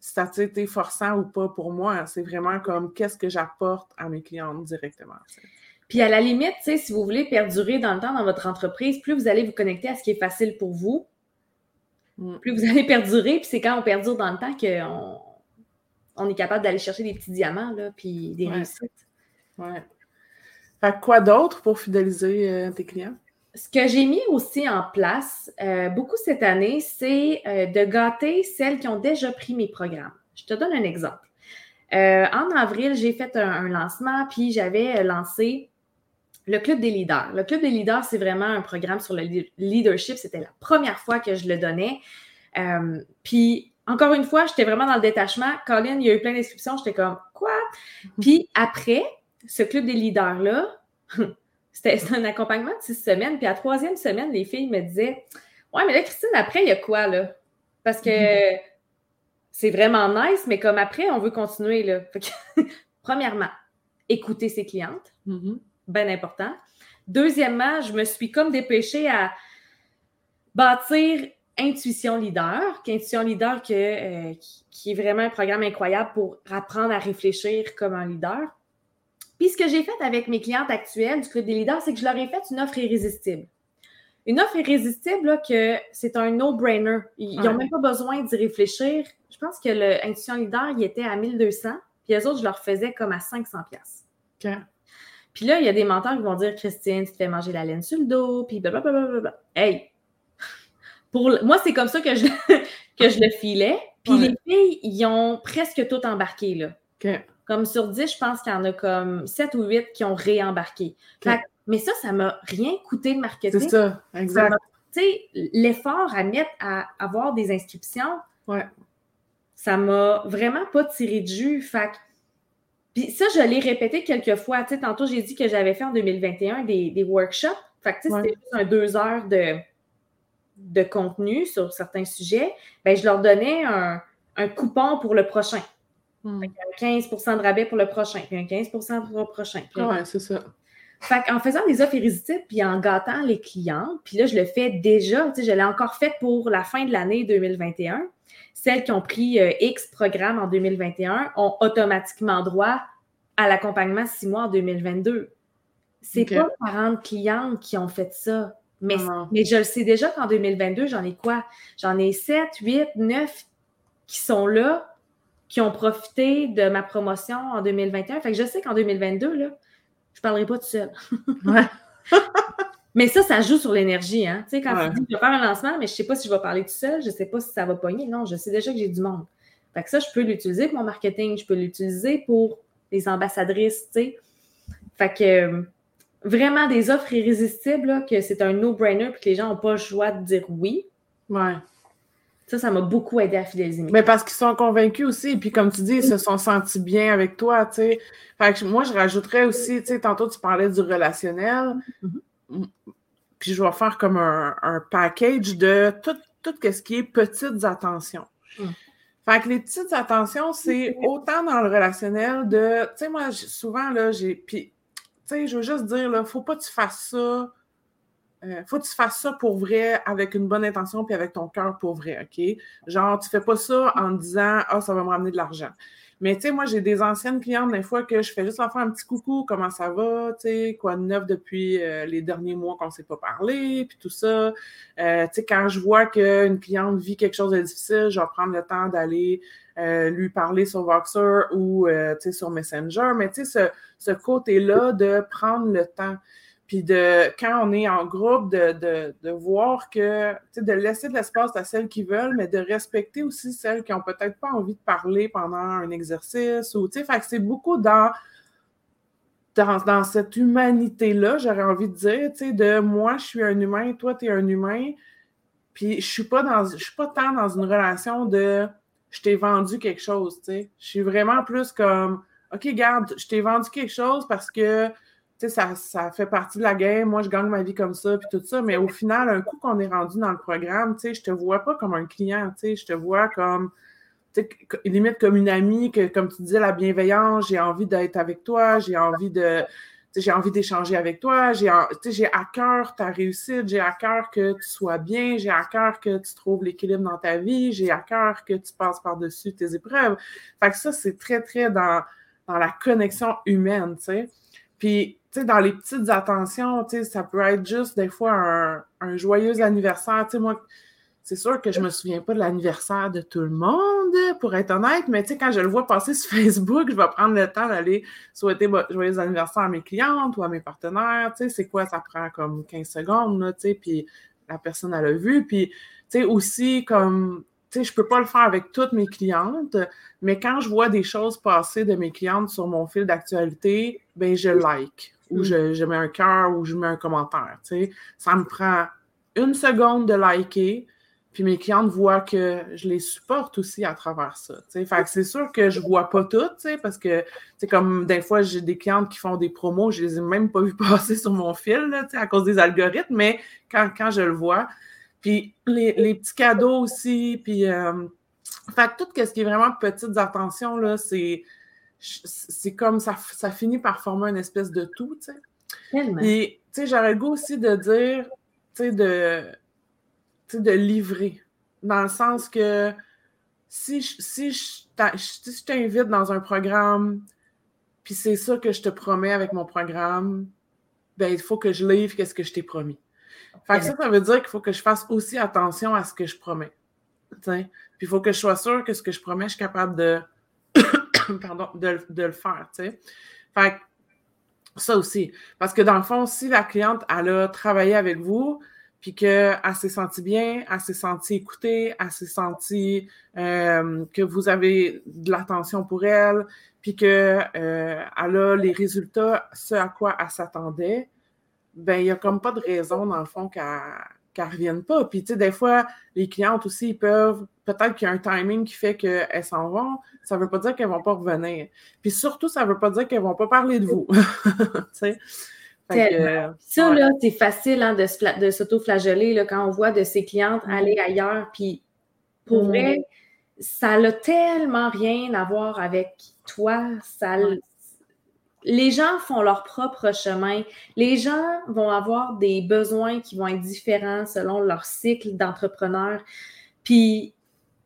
A: si ça a été forçant ou pas pour moi. C'est vraiment comme qu'est-ce que j'apporte à mes clientes directement. T'sais.
B: Puis à la limite, tu sais, si vous voulez perdurer dans le temps dans votre entreprise, plus vous allez vous connecter à ce qui est facile pour vous, mm. plus vous allez perdurer. Puis c'est quand on perdure dans le temps qu'on on est capable d'aller chercher des petits diamants, là, puis des
A: ouais.
B: réussites.
A: Ouais. Fait que quoi d'autre pour fidéliser euh, tes clients?
B: Ce que j'ai mis aussi en place euh, beaucoup cette année, c'est euh, de gâter celles qui ont déjà pris mes programmes. Je te donne un exemple. Euh, en avril, j'ai fait un, un lancement, puis j'avais lancé le Club des leaders. Le Club des leaders, c'est vraiment un programme sur le leadership. C'était la première fois que je le donnais. Euh, puis, encore une fois, j'étais vraiment dans le détachement. Colin, il y a eu plein d'inscriptions. J'étais comme, quoi? Puis après, ce Club des leaders-là, c'était, c'était un accompagnement de six semaines. Puis à la troisième semaine, les filles me disaient, ouais, mais là, Christine, après, il y a quoi, là? Parce que mm-hmm. c'est vraiment nice, mais comme après, on veut continuer, là. Fait que, premièrement, écouter ses clientes. Mm-hmm. Bien important. Deuxièmement, je me suis comme dépêchée à bâtir Intuition Leader, qu'Intuition Leader que, euh, qui, qui est vraiment un programme incroyable pour apprendre à réfléchir comme un leader. Puis ce que j'ai fait avec mes clientes actuelles du Club des leaders, c'est que je leur ai fait une offre irrésistible. Une offre irrésistible, là, que c'est un no-brainer. Ils n'ont ouais. même pas besoin d'y réfléchir. Je pense que le Intuition Leader, il était à mille deux cents, puis les autres, je leur faisais comme à cinq cents dollars. OK. Puis là, il y a des mentors qui vont dire « Christine, tu te fais manger la laine sur le dos, puis blablabla. » Hey! Pour le... Moi, c'est comme ça que je, que je le filais. Puis ouais. les filles, ils ont presque tout embarqué, là.
A: Okay.
B: Comme sur dix, je pense qu'il y en a comme sept ou huit qui ont réembarqué. Okay. Fait, mais ça, ça m'a rien coûté de marketing.
A: C'est ça, exact.
B: Tu sais, l'effort à mettre à avoir des inscriptions,
A: ouais.
B: ça m'a vraiment pas tiré de jus. Fait que puis ça, je l'ai répété quelques fois. Tu sais, tantôt, j'ai dit que j'avais fait en deux mille vingt et un des, des workshops. Fait que, tu sais, ouais. c'était juste un deux heures de, de contenu sur certains sujets. Bien, je leur donnais un, un coupon pour le prochain. Mm. Fait un quinze pour cent de rabais pour le prochain, puis un quinze pour cent pour le prochain.
A: Oui, ouais, c'est ça.
B: Fait qu'en faisant des offres irrésistibles, puis en gâtant les clients, puis là, je le fais déjà. Tu sais, je l'ai encore fait pour la fin de l'année deux mille vingt et un. Celles qui ont pris euh, X programme en deux mille vingt et un ont automatiquement droit à l'accompagnement six mois en deux mille vingt-deux. C'est okay. pas quarante clientes qui ont fait ça. Mais, uh-huh. mais je le sais déjà qu'en deux mille vingt-deux, j'en ai quoi? J'en ai sept, huit, neuf qui sont là, qui ont profité de ma promotion en deux mille vingt et un. Fait que je sais qu'en deux mille vingt-deux, là, je ne parlerai pas toute seule.
A: Ouais.
B: Mais ça, ça joue sur l'énergie. Hein? Tu sais, quand
A: ouais.
B: tu dis, je vais faire un lancement, mais je ne sais pas si je vais parler tout seul, je ne sais pas si ça va pogner. Non, je sais déjà que j'ai du monde. Fait que ça, je peux l'utiliser pour mon marketing, je peux l'utiliser pour les ambassadrices, tu sais. Fait que euh, vraiment des offres irrésistibles, là, que c'est un no-brainer puis que les gens n'ont pas le choix de dire oui.
A: Ouais.
B: Ça, ça m'a beaucoup aidé à fidéliser mes
A: Mais parce qu'ils sont convaincus aussi, et puis comme tu dis, ils se sont sentis bien avec toi, tu sais. Fait que moi, je rajouterais aussi, tu sais, tantôt tu parlais du relationnel, mm-hmm. puis je vais faire comme un, un package de tout, tout ce qui est petites attentions. Mm. Fait que les petites attentions, c'est autant dans le relationnel de, tu sais, moi, souvent, là, j'ai, puis, tu sais, je veux juste dire, là, faut pas que tu fasses ça, euh, faut que tu fasses ça pour vrai, avec une bonne intention, puis avec ton cœur pour vrai, OK? Genre, tu fais pas ça en disant, ah, ça va me ramener de l'argent. Mais, tu sais, moi, j'ai des anciennes clientes, des fois, que je fais juste leur faire un petit coucou, comment ça va, tu sais, quoi de neuf depuis euh, les derniers mois qu'on ne s'est pas parlé, puis tout ça. Euh, tu sais, quand je vois qu'une cliente vit quelque chose de difficile, je vais prendre le temps d'aller euh, lui parler sur Voxer ou, euh, tu sais, sur Messenger. Mais, tu sais, ce, ce côté-là de prendre le temps. Puis de, quand on est en groupe, de, de, de voir que, tu sais, de laisser de l'espace à celles qui veulent, mais de respecter aussi celles qui n'ont peut-être pas envie de parler pendant un exercice. Ou, tu sais, fait que c'est beaucoup dans, dans, dans cette humanité-là, j'aurais envie de dire, tu sais, de moi, je suis un humain, toi, tu es un humain. Puis je suis pas dans, je suis pas tant dans une relation de je t'ai vendu quelque chose, tu sais. Je suis vraiment plus comme, OK, garde, je t'ai vendu quelque chose parce que tu sais, ça, ça fait partie de la game, moi je gagne ma vie comme ça, puis tout ça, mais au final, un coup qu'on est rendu dans le programme, tu sais, je te vois pas comme un client, tu sais, je te vois comme, tu sais, limite comme une amie, que comme tu disais, la bienveillance, j'ai envie d'être avec toi, j'ai envie de, sais, j'ai envie d'échanger avec toi, j'ai, tu sais, j'ai à cœur ta réussite, j'ai à cœur que tu sois bien, j'ai à cœur que tu trouves l'équilibre dans ta vie, j'ai à cœur que tu passes par-dessus tes épreuves. Fait que ça, c'est très, très dans, dans la connexion humaine, tu sais. Puis, tu sais, dans les petites attentions, tu sais, ça peut être juste des fois un, un joyeux anniversaire. Tu sais, moi, c'est sûr que je me souviens pas de l'anniversaire de tout le monde, pour être honnête, mais tu sais, quand je le vois passer sur Facebook, je vais prendre le temps d'aller souhaiter bah, joyeux anniversaire à mes clientes ou à mes partenaires. Tu sais, c'est quoi? Ça prend comme quinze secondes, là, tu sais, puis la personne, elle a vu. Puis, tu sais, aussi, comme, tu sais, je peux pas le faire avec toutes mes clientes, mais quand je vois des choses passer de mes clientes sur mon fil d'actualité, ben je like, ou je, je mets un cœur, ou je mets un commentaire, tu sais. Ça me prend une seconde de liker, puis mes clientes voient que je les supporte aussi à travers ça, tu sais. Fait que c'est sûr que je vois pas toutes, tu sais, parce que, c'est comme, des fois, j'ai des clientes qui font des promos, je les ai même pas vues passer sur mon fil, là, tu sais, à cause des algorithmes, mais quand, quand je le vois, puis les, les petits cadeaux aussi, puis... Euh, fait que tout ce qui est vraiment petites attentions, là, c'est, c'est comme ça, ça finit par former une espèce de tout, tu sais.
B: Tellement.
A: Puis, tu sais, j'aurais le goût aussi de dire, tu sais, de, tu sais, de livrer, dans le sens que si je, si je, si je t'invite dans un programme, puis c'est ça que je te promets avec mon programme, ben il faut que je livre qu'est-ce que je t'ai promis. Fait que ça, ça veut dire qu'il faut que je fasse aussi attention à ce que je promets. T'sais. Puis il faut que je sois sûre que ce que je promets, je suis capable de, pardon, de, de le faire. T'sais. Fait que ça aussi. Parce que dans le fond, si la cliente, elle a travaillé avec vous, puis qu'elle s'est sentie bien, elle s'est sentie écoutée, elle s'est sentie euh, que vous avez de l'attention pour elle, puis qu'elle euh, a les résultats, ce à quoi elle s'attendait, ben il n'y a comme pas de raison, dans le fond, qu'elle qu'elles ne reviennent pas. Puis, tu sais, des fois, les clientes aussi, ils peuvent, peut-être qu'il y a un timing qui fait qu'elles s'en vont, ça ne veut pas dire qu'elles ne vont pas revenir. Puis surtout, ça ne veut pas dire qu'elles ne vont pas parler de vous. Tu sais?
B: Fait que, ça, ouais. Là, c'est facile hein, de, se, de s'auto-flageller là, quand on voit de ses clientes mmh. aller ailleurs. Puis, pour mmh. vrai, ça n'a tellement rien à voir avec toi. Ça, ouais. Les gens font leur propre chemin. Les gens vont avoir des besoins qui vont être différents selon leur cycle d'entrepreneur. Puis,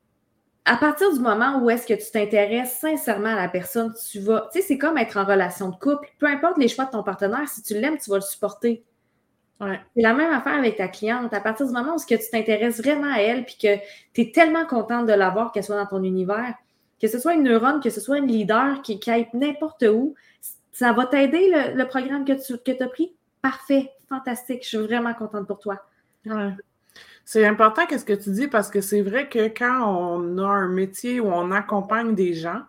B: à partir du moment où est-ce que tu t'intéresses sincèrement à la personne, tu vas... Tu sais, c'est comme être en relation de couple. Peu importe les choix de ton partenaire, si tu l'aimes, tu vas le supporter.
A: Ouais.
B: C'est la même affaire avec ta cliente. À partir du moment où est-ce que tu t'intéresses vraiment à elle puis que tu es tellement contente de la voir, qu'elle soit dans ton univers, que ce soit une neurone, que ce soit une leader, qui, qui aille n'importe où, ça va t'aider, le, le programme que tu que as pris? Parfait, fantastique. Je suis vraiment contente pour toi.
A: Ouais. C'est important qu'est-ce que tu dis parce que c'est vrai que quand on a un métier où on accompagne des gens,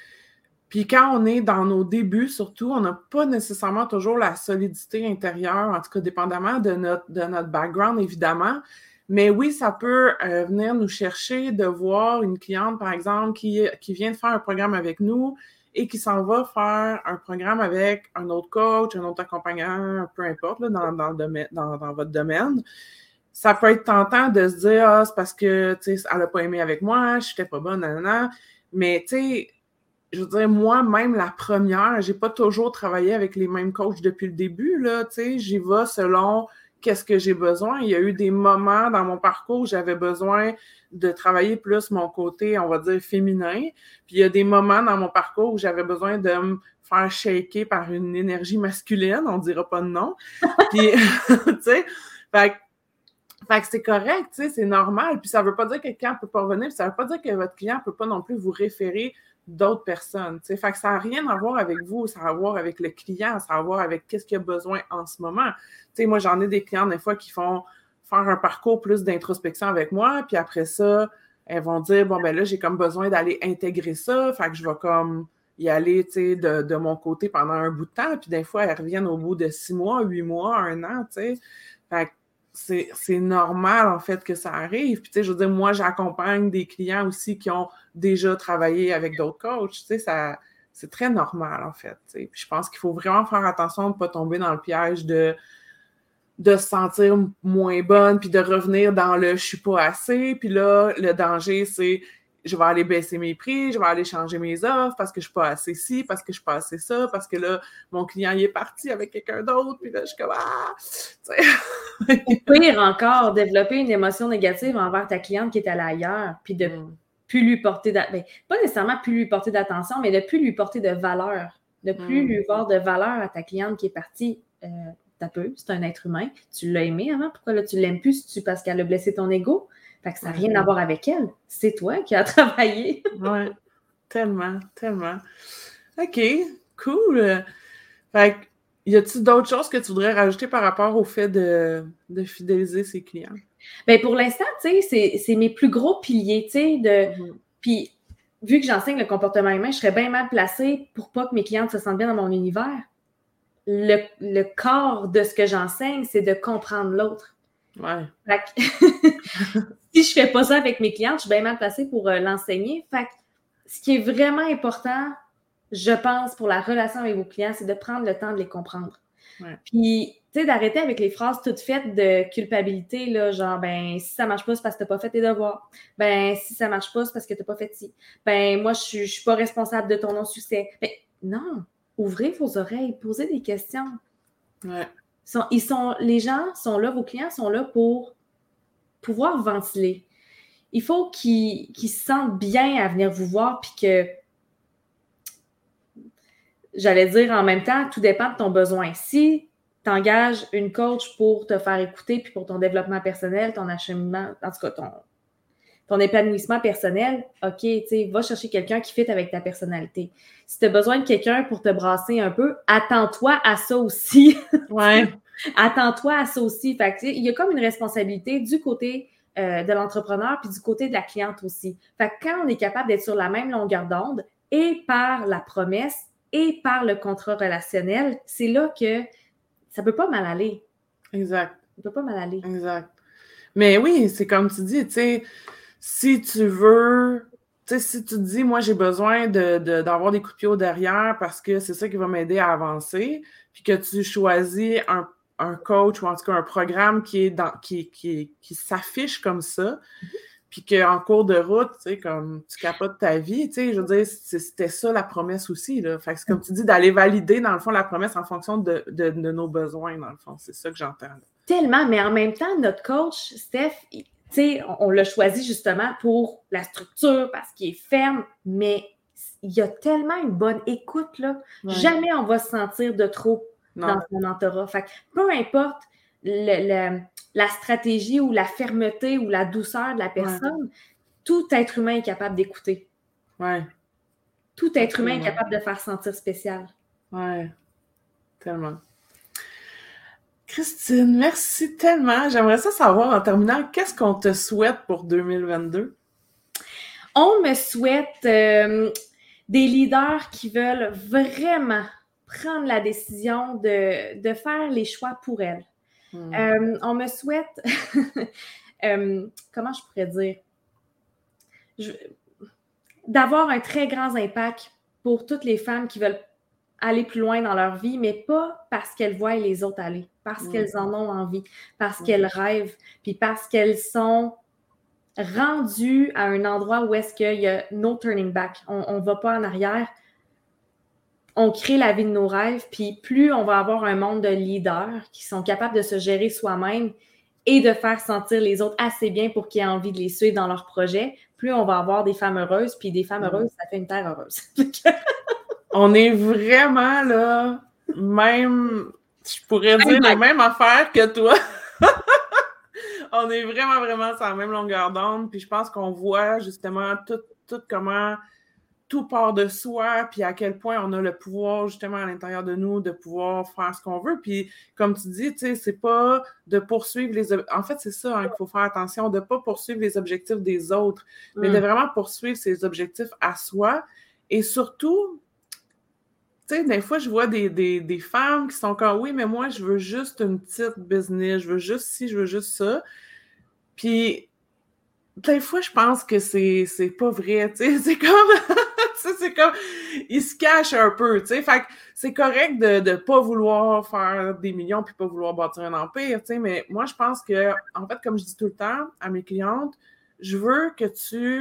A: puis quand on est dans nos débuts surtout, on n'a pas nécessairement toujours la solidité intérieure, en tout cas dépendamment de notre, de notre background évidemment. Mais oui, ça peut euh, venir nous chercher de voir une cliente, par exemple, qui, qui vient de faire un programme avec nous, et qui s'en va faire un programme avec un autre coach, un autre accompagnant, peu importe, là, dans, dans, le domaine, dans, dans votre domaine. Ça peut être tentant de se dire « Ah, c'est parce que, tu sais, elle n'a pas aimé avec moi, je n'étais pas bonne, nanana. » Mais, tu sais, je veux dire, moi, même la première, j'ai pas toujours travaillé avec les mêmes coachs depuis le début, là, tu sais, j'y vais selon qu'est-ce que j'ai besoin. Il y a eu des moments dans mon parcours où j'avais besoin de travailler plus mon côté, on va dire, féminin. Puis il y a des moments dans mon parcours où j'avais besoin de me faire shaker par une énergie masculine, on dira pas de nom. Puis, tu sais, fait, fait que c'est correct, tu sais, c'est normal. Puis ça veut pas dire que quelqu'un peut pas revenir, puis ça veut pas dire que votre client peut pas non plus vous référer d'autres personnes, tu sais. Fait que ça n'a rien à voir avec vous, ça a à voir avec le client, ça a à voir avec qu'est-ce qu'il a besoin en ce moment. Tu sais, moi, j'en ai des clients des fois qui font faire un parcours plus d'introspection avec moi, puis après ça, elles vont dire, bon, ben là, j'ai comme besoin d'aller intégrer ça, fait que je vais comme y aller, tu sais, de, de mon côté pendant un bout de temps, puis des fois, elles reviennent au bout de six mois, huit mois, un an, tu sais. Fait que c'est, c'est normal, en fait, que ça arrive. Puis, tu sais, je veux dire, moi, j'accompagne des clients aussi qui ont déjà travaillé avec d'autres coachs, tu sais, ça... C'est très normal, en fait. Tu sais. Puis je pense qu'il faut vraiment faire attention de ne pas tomber dans le piège de, de se sentir moins bonne, puis de revenir dans le « je suis pas assez ». Puis là, le danger, c'est je vais aller baisser mes prix, je vais aller changer mes offres parce que je suis pas assez ci, parce que je suis pas assez ça, parce que là, mon client, il est parti avec quelqu'un d'autre, puis là, je suis comme, ah!
B: Ou pire encore, développer une émotion négative envers ta cliente qui est allée ailleurs, puis de mm. plus lui porter, d'a... ben, pas nécessairement plus lui porter d'attention, mais de plus lui porter de valeur, de plus mm. lui voir de valeur à ta cliente qui est partie. Euh, t'as peu, c'est un être humain, tu l'as aimé avant, pourquoi là tu l'aimes plus? C'est-tu parce qu'elle a blessé ton ego? Fait que ça n'a rien à voir avec elle. C'est toi qui as travaillé.
A: Oui, tellement, tellement. OK, cool. Fait que, y a-t-il d'autres choses que tu voudrais rajouter par rapport au fait de, de fidéliser ses clients?
B: Bien, pour l'instant, tu sais, c'est, c'est mes plus gros piliers, tu sais, de... Mm-hmm. Puis, vu que j'enseigne le comportement humain, je serais bien mal placée pour pas que mes clientes se sentent bien dans mon univers. Le, le corps de ce que j'enseigne, c'est de comprendre l'autre.
A: Ouais.
B: Fait que, si je fais pas ça avec mes clientes, je suis bien mal placée pour euh, l'enseigner. Fait que, ce qui est vraiment important, je pense, pour la relation avec vos clients, c'est de prendre le temps de les comprendre.
A: Ouais.
B: Puis, tu sais, d'arrêter avec les phrases toutes faites de culpabilité, là, genre, ben, si ça marche pas, c'est parce que t'as pas fait tes devoirs. Ben, si ça marche pas, c'est parce que t'as pas fait ci. Ben, moi, je suis, je suis pas responsable de ton non-succès. Ben, non! Ouvrez vos oreilles, posez des questions.
A: Ouais.
B: Ils sont, ils sont, les gens sont là, vos clients sont là pour pouvoir ventiler. Il faut qu'ils, qu'ils se sentent bien à venir vous voir, puis que, j'allais dire en même temps, tout dépend de ton besoin. Si tu engages une coach pour te faire écouter, puis pour ton développement personnel, ton acheminement, en tout cas, ton, ton épanouissement personnel, OK, tu sais, va chercher quelqu'un qui fit avec ta personnalité. Si tu as besoin de quelqu'un pour te brasser un peu, attends-toi à ça aussi.
A: Ouais.
B: Attends-toi à ça aussi. Fait que, il y a comme une responsabilité du côté euh, de l'entrepreneur puis du côté de la cliente aussi. Fait que quand on est capable d'être sur la même longueur d'onde et par la promesse et par le contrat relationnel, c'est là que ça peut pas mal aller.
A: Exact.
B: Ça peut pas mal aller.
A: Exact. Mais oui, c'est comme tu dis, tu sais, si tu veux, tu sais, si tu te dis, moi, j'ai besoin de, de, d'avoir des coups de pied au derrière parce que c'est ça qui va m'aider à avancer, puis que tu choisis un, un coach ou en tout cas un programme qui est dans, qui, qui, qui s'affiche comme ça, mm-hmm. puis qu'en cours de route, tu sais, comme tu capotes ta vie, tu sais, je veux dire, c'était ça la promesse aussi, là. Fait que c'est comme tu dis, d'aller valider, dans le fond, la promesse en fonction de, de, de nos besoins, dans le fond. C'est ça que j'entends, là.
B: Tellement, mais en même temps, notre coach, Steph, tu sais, on, on l'a choisi justement pour la structure, parce qu'il est ferme, mais il y a tellement une bonne écoute, là. Ouais. Jamais on va se sentir de trop non. dans son mentorat. Fait que peu importe le, le, la stratégie ou la fermeté ou la douceur de la personne, ouais. tout être humain est capable d'écouter.
A: Ouais.
B: Tout être humain est capable de faire sentir spécial.
A: Ouais, tellement. Christine, merci tellement. J'aimerais ça savoir, en terminant, qu'est-ce qu'on te souhaite pour deux mille vingt-deux?
B: On me souhaite euh, des leaders qui veulent vraiment prendre la décision de, de faire les choix pour elles. Mm. Euh, on me souhaite, euh, comment je pourrais dire, je, d'avoir un très grand impact pour toutes les femmes qui veulent aller plus loin dans leur vie, mais pas parce qu'elles voient les autres aller, parce mmh. qu'elles en ont envie, parce mmh. qu'elles rêvent, puis parce qu'elles sont rendues à un endroit où est-ce qu'il y a no turning back. On ne va pas en arrière. On crée la vie de nos rêves, puis plus on va avoir un monde de leaders qui sont capables de se gérer soi-même et de faire sentir les autres assez bien pour qu'ils aient envie de les suivre dans leurs projets, plus on va avoir des femmes heureuses, puis des femmes mmh. heureuses, ça fait une terre heureuse.
A: On est vraiment, là, même, je pourrais dire la même affaire que toi. On est vraiment, vraiment sur la même longueur d'onde. Puis je pense qu'on voit justement tout, tout comment tout part de soi, puis à quel point on a le pouvoir justement à l'intérieur de nous de pouvoir faire ce qu'on veut. Puis comme tu dis, tu sais, c'est pas de poursuivre les... Ob... En fait, c'est ça hein, qu'il faut faire attention, de pas poursuivre les objectifs des autres, mm. mais de vraiment poursuivre ses objectifs à soi. Et surtout... Tu sais, des fois, je vois des, des, des femmes qui sont comme « Oui, mais moi, je veux juste une petite business, je veux juste ci, je veux juste ça. » Puis, des fois, je pense que c'est, c'est pas vrai, tu sais, c'est comme... c'est comme... Ils se cachent un peu, tu sais, fait que c'est correct de ne pas vouloir faire des millions puis pas vouloir bâtir un empire, tu sais, mais moi, je pense que, en fait, comme je dis tout le temps à mes clientes, je veux que tu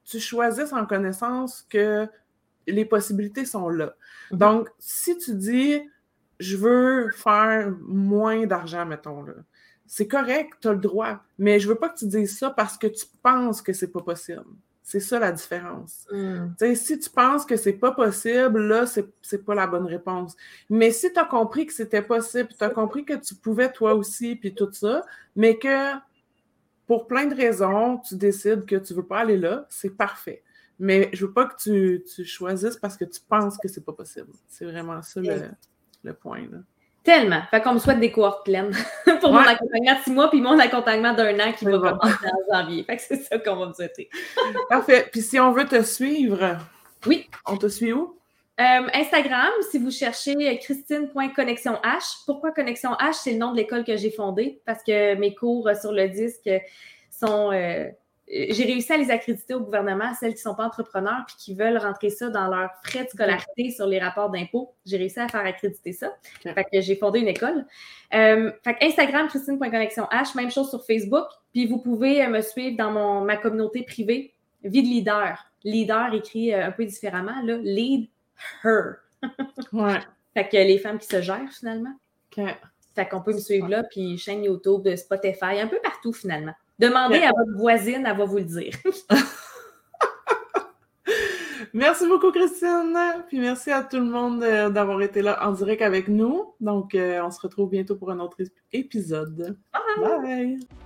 A: tu choisisses en connaissance que les possibilités sont là.
B: Mhm.
A: Donc, si tu dis, je veux faire moins d'argent, mettons, là, c'est correct, tu as le droit, mais je veux pas que tu dises ça parce que tu penses que c'est pas possible. C'est ça la différence.
B: Mm.
A: Tu sais, si tu penses que c'est pas possible, là, c'est, c'est pas la bonne réponse. Mais si tu as compris que c'était possible, tu as compris que tu pouvais toi aussi, puis tout ça, mais que pour plein de raisons, tu décides que tu veux pas aller là, c'est parfait. Mais je veux pas que tu, tu choisisses parce que tu penses que c'est pas possible. C'est vraiment ça le, le point, là.
B: Tellement. Fait qu'on me souhaite des cohortes pleines pour
A: Ouais.
B: mon accompagnement de six mois puis mon accompagnement d'un an qui
A: C'est
B: va
A: bon.
B: commencer en janvier. Fait que c'est ça qu'on va me souhaiter.
A: Parfait. Puis si on veut te suivre,
B: Oui.
A: On te suit où?
B: Euh, Instagram, si vous cherchez christine point connexion h. Pourquoi Connexion H? C'est le nom de l'école que j'ai fondée parce que mes cours sur le disque sont... Euh, j'ai réussi à les accréditer au gouvernement, celles qui ne sont pas entrepreneurs puis qui veulent rentrer ça dans leurs frais de scolarité sur les rapports d'impôts. J'ai réussi à faire accréditer ça. Okay. Fait que j'ai fondé une école. Euh, fait que Instagram, christine point connexion h. Même chose sur Facebook. Puis vous pouvez me suivre dans mon, ma communauté privée, Vie de leader. Leader écrit un peu différemment, là. Lead her.
A: Ouais.
B: Fait que les femmes qui se gèrent, finalement.
A: OK.
B: Fait qu'on peut me suivre là, puis chaîne YouTube, Spotify, un peu partout, finalement. Demandez
A: okay.
B: à votre voisine, elle va vous le dire.
A: Merci beaucoup, Christine. Puis merci à tout le monde d'avoir été là en direct avec nous. Donc, euh, on se retrouve bientôt pour un autre épisode.
B: Bye!
A: Bye!